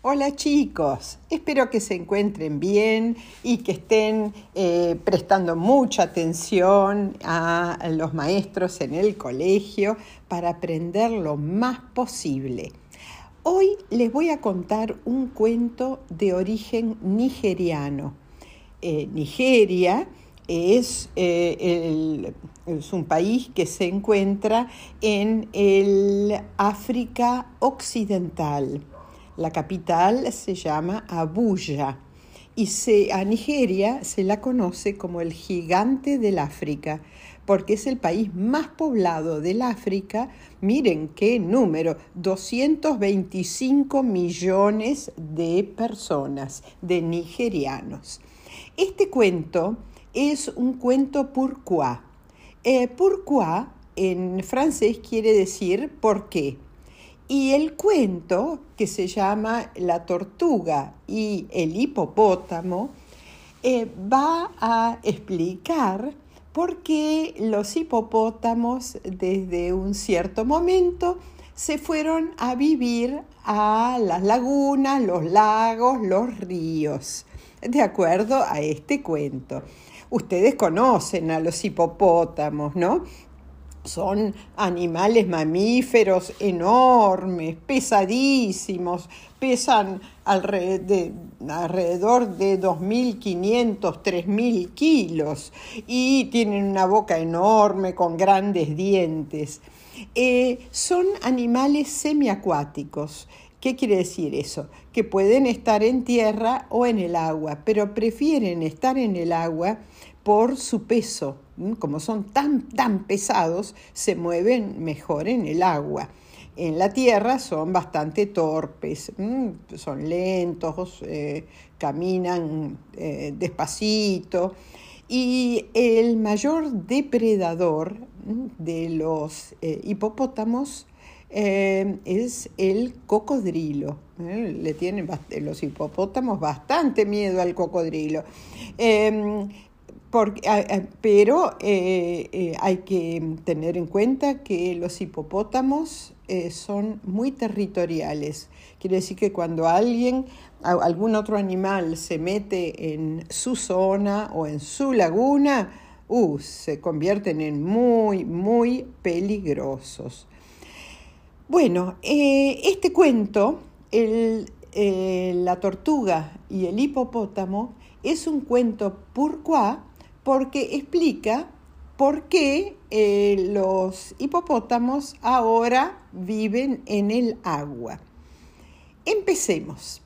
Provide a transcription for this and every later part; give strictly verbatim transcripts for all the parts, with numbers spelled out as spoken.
Hola chicos, espero que se encuentren bien y que estén eh, prestando mucha atención a los maestros en el colegio para aprender lo más posible. Hoy les voy a contar un cuento de origen nigeriano. Eh, Nigeria es, eh, el, es un país que se encuentra en el África Occidental. La capital se llama Abuja y se, a Nigeria se la conoce como el gigante del África, porque es el país más poblado del África. Miren qué número, doscientos veinticinco millones de personas, de nigerianos. Este cuento es un cuento pourquoi. Eh, pourquoi en francés quiere decir por qué. Y el cuento, que se llama La tortuga y el hipopótamo, eh, va a explicar por qué los hipopótamos desde un cierto momento se fueron a vivir a las lagunas, los lagos, los ríos, de acuerdo a este cuento. Ustedes conocen a los hipopótamos, ¿no? Son animales mamíferos enormes, pesadísimos, pesan alrededor de, alrededor de dos mil quinientos, tres mil kilos y tienen una boca enorme con grandes dientes. Eh, son animales semiacuáticos. ¿Qué quiere decir eso? Que pueden estar en tierra o en el agua, pero prefieren estar en el agua por su peso. Como son tan, tan pesados, se mueven mejor en el agua. En la tierra son bastante torpes, son lentos, eh, caminan eh, despacito. Y el mayor depredador de los eh, hipopótamos eh, es el cocodrilo. Eh, le tienen los hipopótamos bastante miedo al cocodrilo. Eh, Porque, pero eh, eh, hay que tener en cuenta que los hipopótamos eh, son muy territoriales. Quiere decir que cuando alguien, algún otro animal se mete en su zona o en su laguna, uh, se convierten en muy, muy peligrosos. Bueno, eh, este cuento, el, eh, La tortuga y el hipopótamo, es un cuento pourquoi, porque explica por qué eh, los hipopótamos ahora viven en el agua. Empecemos.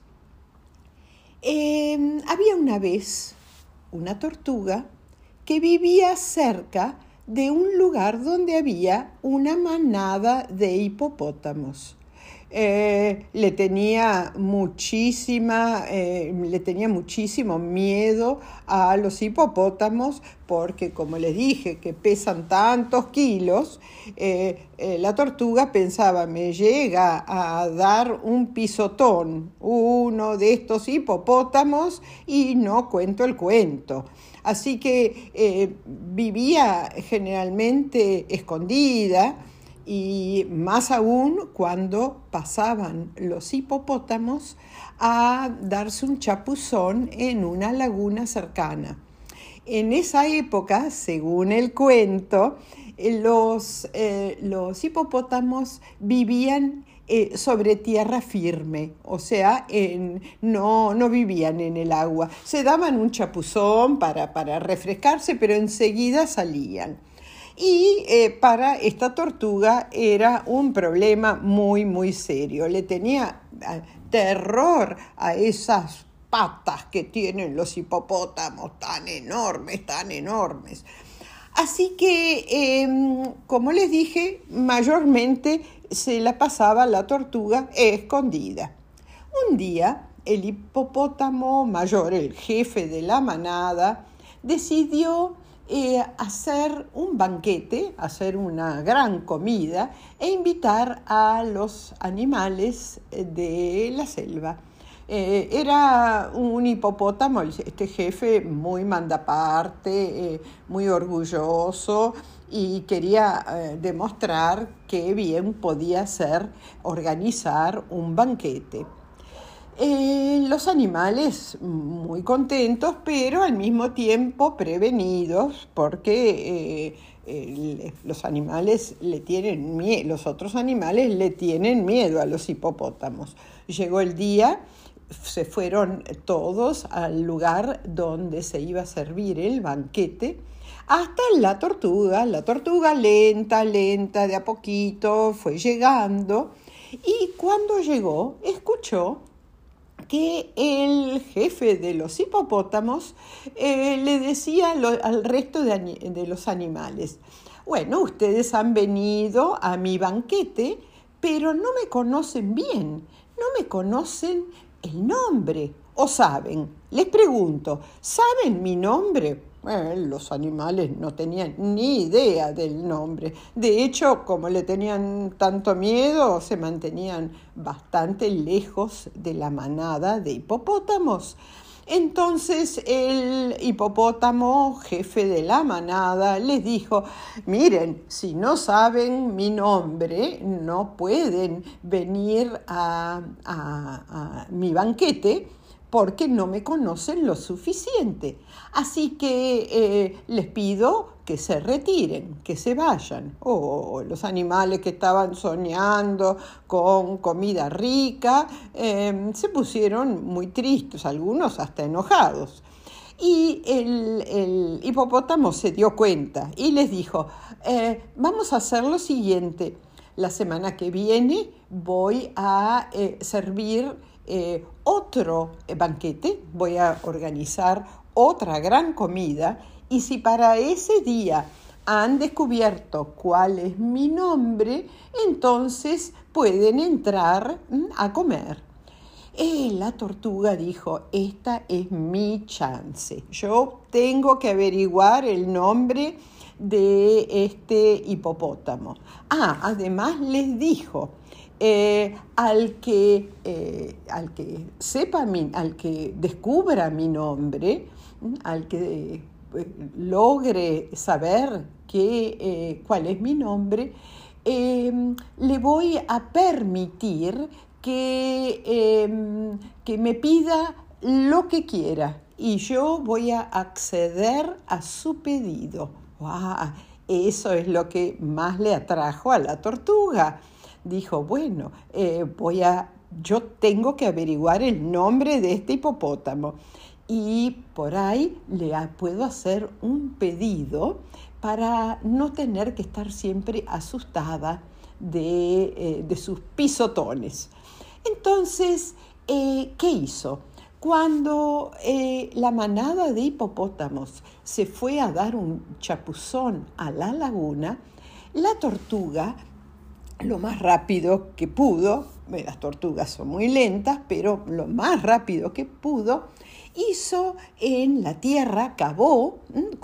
Eh, había una vez una tortuga que vivía cerca de un lugar donde había una manada de hipopótamos. Eh, le tenía muchísima, eh, le tenía muchísimo miedo a los hipopótamos porque, como les dije, que pesan tantos kilos, eh, eh, la tortuga pensaba, me llega a dar un pisotón uno de estos hipopótamos y no cuento el cuento. Así que eh, vivía generalmente escondida, y más aún cuando pasaban los hipopótamos a darse un chapuzón en una laguna cercana. En esa época, según el cuento, los, eh, los hipopótamos vivían eh, sobre tierra firme, o sea, en, no, no vivían en el agua. Se daban un chapuzón para, para refrescarse, pero enseguida salían. Y eh, para esta tortuga era un problema muy, muy serio. Le tenía eh, terror a esas patas que tienen los hipopótamos, tan enormes, tan enormes. Así que, eh, como les dije, mayormente se la pasaba la tortuga escondida. Un día, el hipopótamo mayor, el jefe de la manada, decidió Eh, hacer un banquete, hacer una gran comida e invitar a los animales de la selva. Eh, era un hipopótamo, este jefe muy mandaparte, eh, muy orgulloso, y quería eh, demostrar que bien podía ser organizar un banquete. Eh, los animales muy contentos, pero al mismo tiempo prevenidos, porque eh, eh, los animales le tienen miedo, los otros animales le tienen miedo a los hipopótamos. Llegó el día, se fueron todos al lugar donde se iba a servir el banquete, hasta la tortuga. La tortuga lenta, lenta, de a poquito fue llegando, y cuando llegó, escuchó que el jefe de los hipopótamos eh, le decía lo, al resto de, de los animales: bueno, ustedes han venido a mi banquete, pero no me conocen bien, no me conocen el nombre. ¿O saben? Les pregunto, ¿saben mi nombre? Eh, los animales no tenían ni idea del nombre. De hecho, como le tenían tanto miedo, se mantenían bastante lejos de la manada de hipopótamos. Entonces el hipopótamo, jefe de la manada, les dijo: miren, si no saben mi nombre, no pueden venir a, a, a mi banquete, porque no me conocen lo suficiente. Así que eh, les pido que se retiren, que se vayan. Oh, los animales que estaban soñando con comida rica eh, se pusieron muy tristes, algunos hasta enojados. Y el, el hipopótamo se dio cuenta y les dijo: eh, vamos a hacer lo siguiente. La semana que viene voy a eh, servir Eh, otro banquete, voy a organizar otra gran comida, y si para ese día han descubierto cuál es mi nombre, entonces pueden entrar a comer. Eh, la tortuga dijo: esta es mi chance, yo tengo que averiguar el nombre de este hipopótamo. Ah, además les dijo: Eh, al, que, eh, al que sepa mi, al que descubra mi nombre, al que eh, logre saber que, eh, cuál es mi nombre, eh, le voy a permitir que, eh, que me pida lo que quiera, y yo voy a acceder a su pedido. ¡Wow! Eso es lo que más le atrajo a la tortuga. Dijo: bueno, eh, voy a, yo tengo que averiguar el nombre de este hipopótamo, y por ahí le puedo hacer un pedido para no tener que estar siempre asustada de, eh, de sus pisotones. Entonces, eh, ¿qué hizo? Cuando eh, la manada de hipopótamos se fue a dar un chapuzón a la laguna, la tortuga, lo más rápido que pudo, las tortugas son muy lentas, pero lo más rápido que pudo, hizo en la tierra, cavó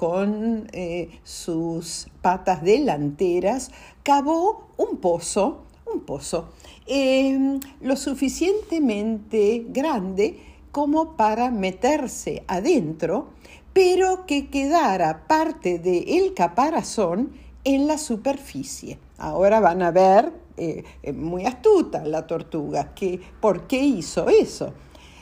con eh, sus patas delanteras, cavó un pozo, un pozo eh, lo suficientemente grande como para meterse adentro, pero que quedara parte del caparazón en la superficie. Ahora van a ver, eh, muy astuta la tortuga, que, ¿por qué hizo eso?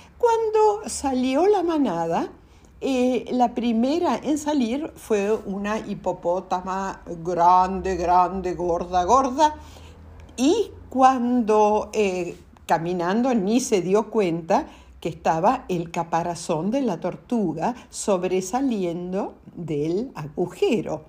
Cuando salió la manada, eh, la primera en salir fue una hipopótama grande, grande, gorda, gorda, y cuando eh, caminando ni se dio cuenta que estaba el caparazón de la tortuga sobresaliendo del agujero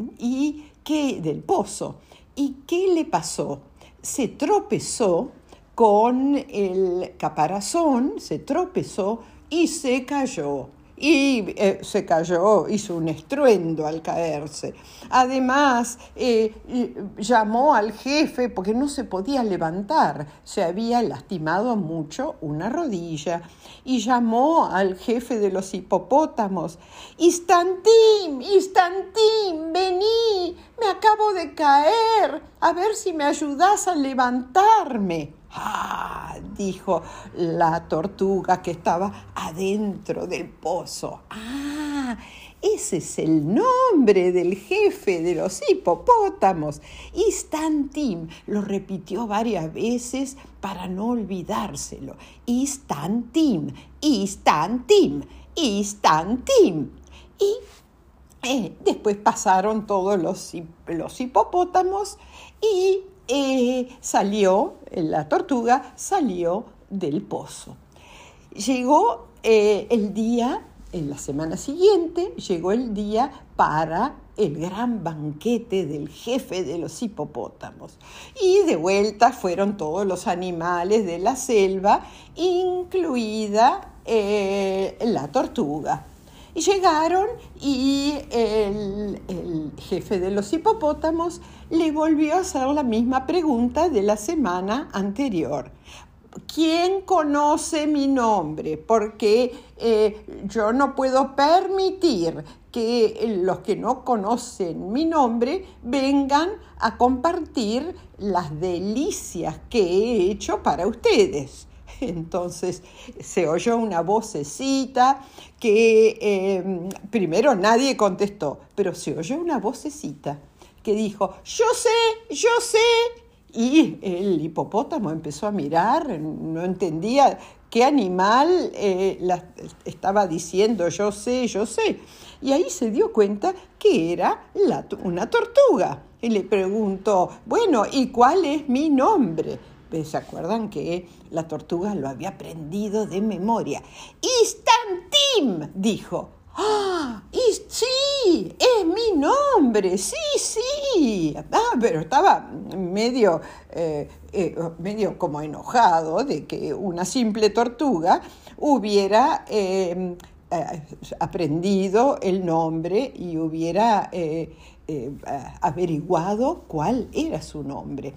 y que, del pozo. ¿Y qué le pasó? Se tropezó con el caparazón, se tropezó y se cayó. Y eh, se cayó, hizo un estruendo al caerse. Además, eh, llamó al jefe porque no se podía levantar, se había lastimado mucho una rodilla, y llamó al jefe de los hipopótamos: Istantín, Istantín, vení, me acabo de caer, a ver si me ayudás a levantarme. ¡Ah!, dijo la tortuga que estaba adentro del pozo. ¡Ah! ese es el nombre del jefe de los hipopótamos. Istantim, lo repitió varias veces para no olvidárselo. Istantim, Istantim, Istantim. Y eh, después pasaron todos los, los hipopótamos y eh, salió, la tortuga salió del pozo. Llegó eh, el día, en la semana siguiente, llegó el día para el gran banquete del jefe de los hipopótamos. Y de vuelta fueron todos los animales de la selva, incluida eh, la tortuga. Y llegaron y el, el jefe de los hipopótamos le volvió a hacer la misma pregunta de la semana anterior. ¿Quién conoce mi nombre? Porque eh, yo no puedo permitir que los que no conocen mi nombre vengan a compartir las delicias que he hecho para ustedes. Entonces se oyó una vocecita que eh, primero nadie contestó, pero se oyó una vocecita que dijo, yo sé, yo sé. Y el hipopótamo empezó a mirar, no entendía qué animal eh, la, estaba diciendo yo sé, yo sé. Y ahí se dio cuenta que era la, una tortuga. Y le preguntó, bueno, ¿y cuál es mi nombre? ¿Se acuerdan que la tortuga lo había aprendido de memoria? Istantim, dijo. ¡Ah! Y sí, es mi nombre, sí, sí. Ah, pero estaba medio, eh, eh, medio como enojado de que una simple tortuga hubiera eh, eh, aprendido el nombre y hubiera eh, eh, averiguado cuál era su nombre.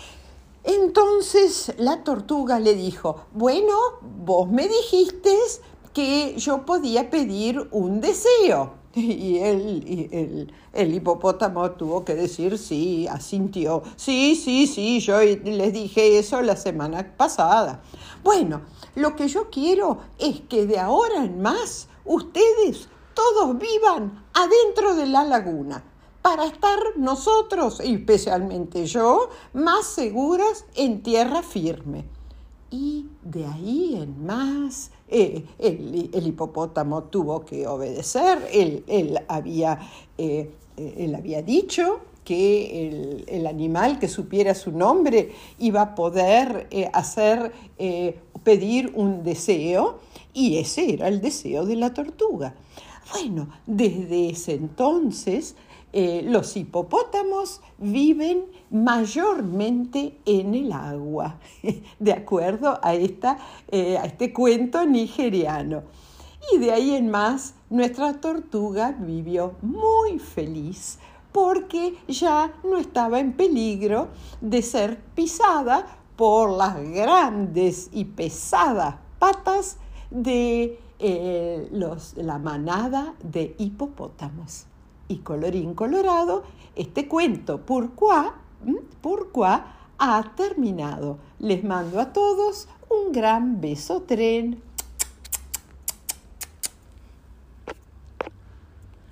Entonces la tortuga le dijo, bueno, vos me dijiste que yo podía pedir un deseo. Y el, y el, el hipopótamo tuvo que decir sí, asintió. Sí, sí, sí, yo les dije eso la semana pasada. Bueno, lo que yo quiero es que de ahora en más ustedes todos vivan adentro de la laguna, para estar nosotros, y especialmente yo, más seguras en tierra firme. Y de ahí en más, eh, el, el hipopótamo tuvo que obedecer. Él, él, había, eh, él había dicho que el, el animal que supiera su nombre iba a poder eh, hacer, eh, pedir un deseo, y ese era el deseo de la tortuga. Bueno, desde ese entonces, Eh, los hipopótamos viven mayormente en el agua, de acuerdo a, esta, eh, a este cuento nigeriano. Y de ahí en más, nuestra tortuga vivió muy feliz porque ya no estaba en peligro de ser pisada por las grandes y pesadas patas de eh, los, la manada de hipopótamos. Y colorín colorado, este cuento Pourquoi, Pourquoi ha terminado. Les mando a todos un gran beso tren.